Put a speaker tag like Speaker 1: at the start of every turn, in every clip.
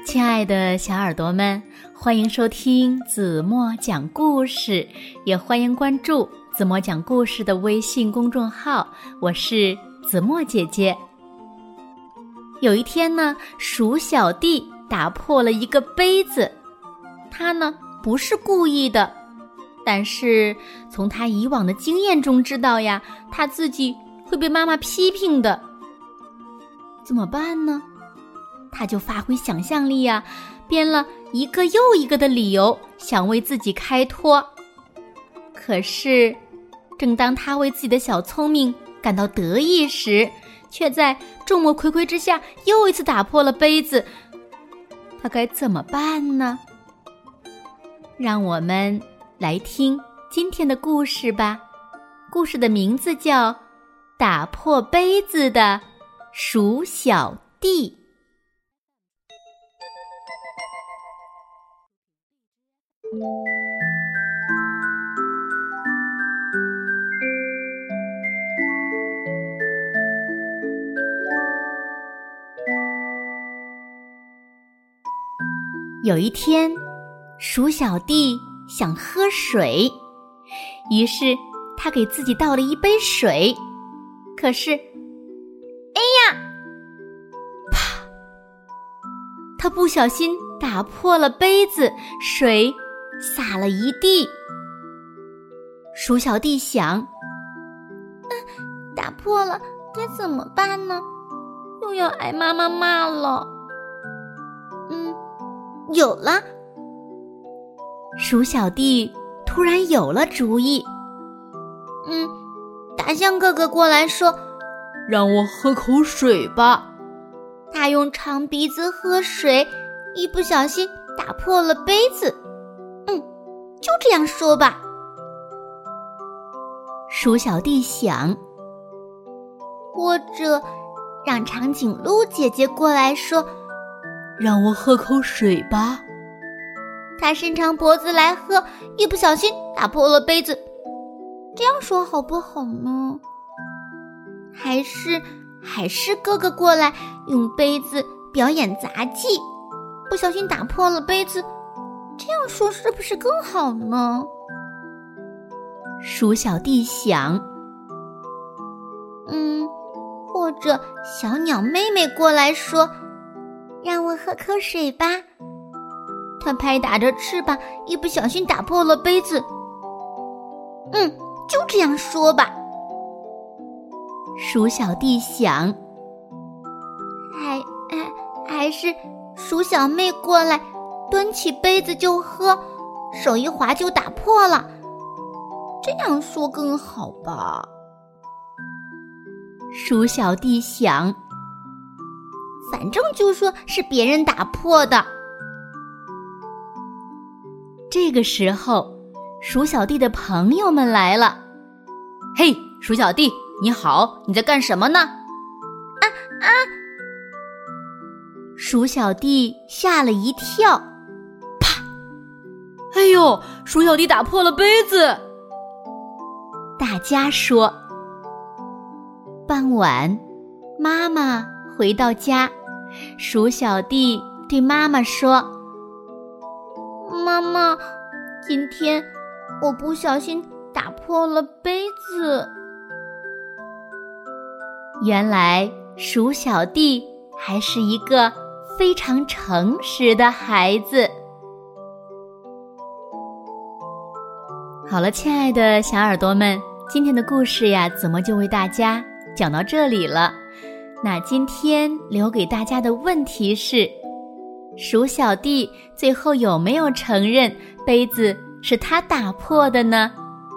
Speaker 1: 亲爱的小耳朵们，欢迎收听子墨讲故事，也欢迎关注子墨讲故事的微信公众号，我是子墨姐姐。有一天呢，鼠小弟打破了一个杯子，他呢不是故意的，但是从他以往的经验中知道呀，他自己会被妈妈批评的。怎么办呢？他就发挥想象力呀，编了一个又一个的理由，想为自己开脱。可是，正当他为自己的小聪明感到得意时，却在众目睽睽之下又一次打破了杯子。他该怎么办呢？让我们来听今天的故事吧。故事的名字叫《打破杯子的鼠小弟》。有一天，鼠小弟想喝水，于是他给自己倒了一杯水。可是，哎呀！啪！他不小心打破了杯子，水洒了一地。鼠小弟想，打破了该怎么办呢？又要挨妈妈骂了。有了！鼠小弟突然有了主意。大象哥哥过来说，
Speaker 2: 让我喝口水吧。
Speaker 1: 他用长鼻子喝水，一不小心打破了杯子。就这样说吧。鼠小弟想，或者让长颈鹿姐姐过来说，
Speaker 2: 让我喝口水吧。
Speaker 1: 他伸长脖子来喝，一不小心打破了杯子。这样说好不好呢？还是哥哥过来用杯子表演杂技，不小心打破了杯子。这样说是不是更好呢？鼠小弟想，或者小鸟妹妹过来说，让我喝口水吧。他拍打着翅膀，一不小心打破了杯子。就这样说吧。鼠小弟想，还是鼠小妹过来端起杯子就喝，手一滑就打破了。这样说更好吧。鼠小弟想，反正就说是别人打破的。这个时候，鼠小弟的朋友们来了。
Speaker 2: 嘿，鼠小弟，你好，你在干什么呢？
Speaker 1: 鼠小弟吓了一跳。
Speaker 2: 啪！哎呦，鼠小弟打破了杯子。
Speaker 1: 大家说。傍晚，妈妈回到家，鼠小弟对妈妈说，妈妈，今天我不小心打破了杯子。原来鼠小弟还是一个非常诚实的孩子。好了，亲爱的小耳朵们，今天的故事呀，子墨就为大家讲到这里了。那今天留给大家的问题是，鼠小弟最后有没有承认杯子是他打破的呢？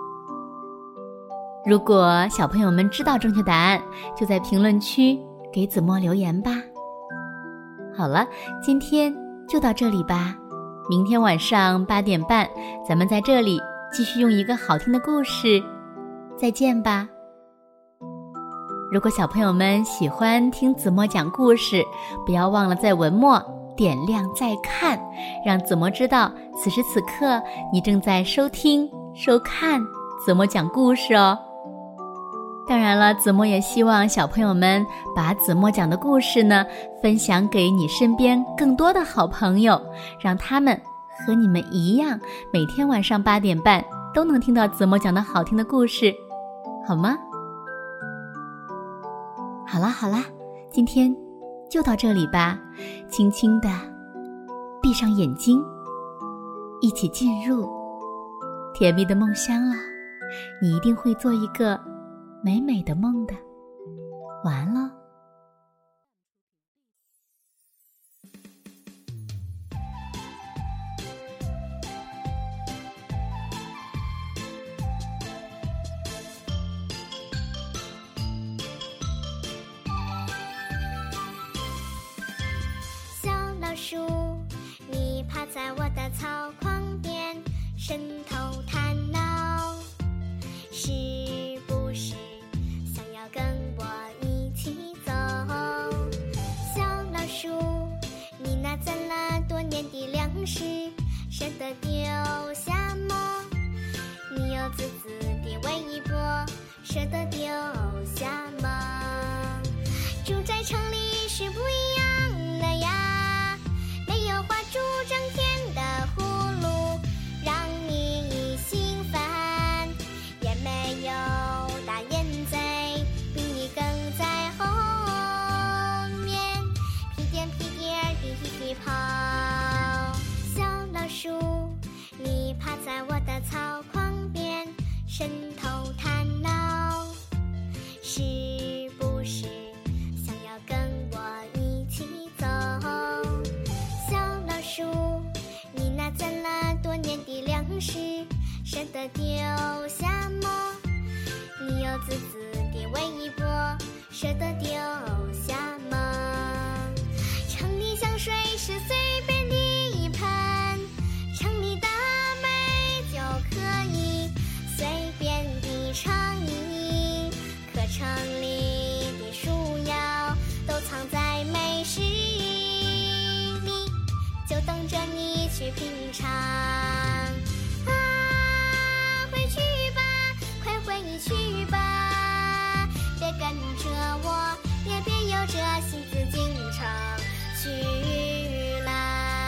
Speaker 1: 如果小朋友们知道正确答案，就在评论区给子墨留言吧。好了，今天就到这里吧。明天晚上8点半，咱们在这里继续用一个好听的故事再见吧。如果小朋友们喜欢听子墨讲故事，不要忘了在文末点亮再看，让子墨知道此时此刻你正在收听收看子墨讲故事哦。 当然了，子墨也希望小朋友们把子墨讲的故事呢，分享给你身边更多的好朋友，让他们和你们一样，每天晚上8点半都能听到子墨讲的好听的故事，好吗？好啦，今天就到这里吧，轻轻地闭上眼睛，一起进入甜蜜的梦乡了。你一定会做一个美美的梦的，晚安咯。
Speaker 3: 小老鼠，你趴在我的草筐边，伸头探脑，是不是想要跟我一起走？小老鼠，你那攒了多年的粮食，舍得丢下吗？你有自的微波，舍得丢下吗？住在城里是不一样的呀，没有花柱整天的葫芦让你心烦，也没有大眼贼比你更在后面屁颠屁颠地跑。小老鼠，你趴在我的草筐边，伸头探脑，是不是想要跟我一起走？小老鼠，你那攒了多年的粮食，舍得丢下吗？你有自的微波，舍得丢下吗？城里香水是随便的一盆，城里的美就可以随便地畅饮，可城里的树药都藏在美食里，就等着你去品尝。回去吧，快回去吧，别跟着我，也别由着心思进城去啦。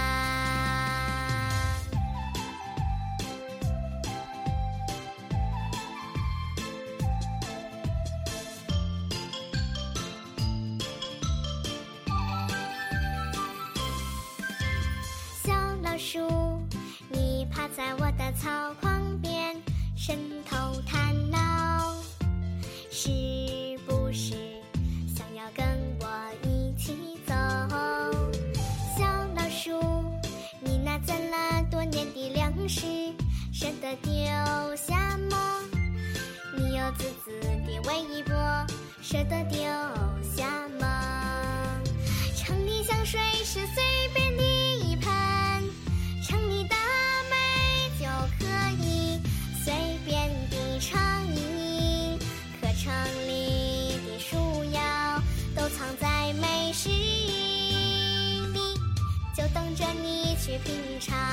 Speaker 3: 小老鼠，你趴在我的草筐边，伸头探脑，是不是想要跟我一起走？小老鼠，你那攒了多年的粮食，舍得丢下吗？你有自的微波，舍得丢下吗？城里香水是随便的一盆，城里的美就可以随便地畅饮，可城里的树药都藏在美食里，就等着你去品尝。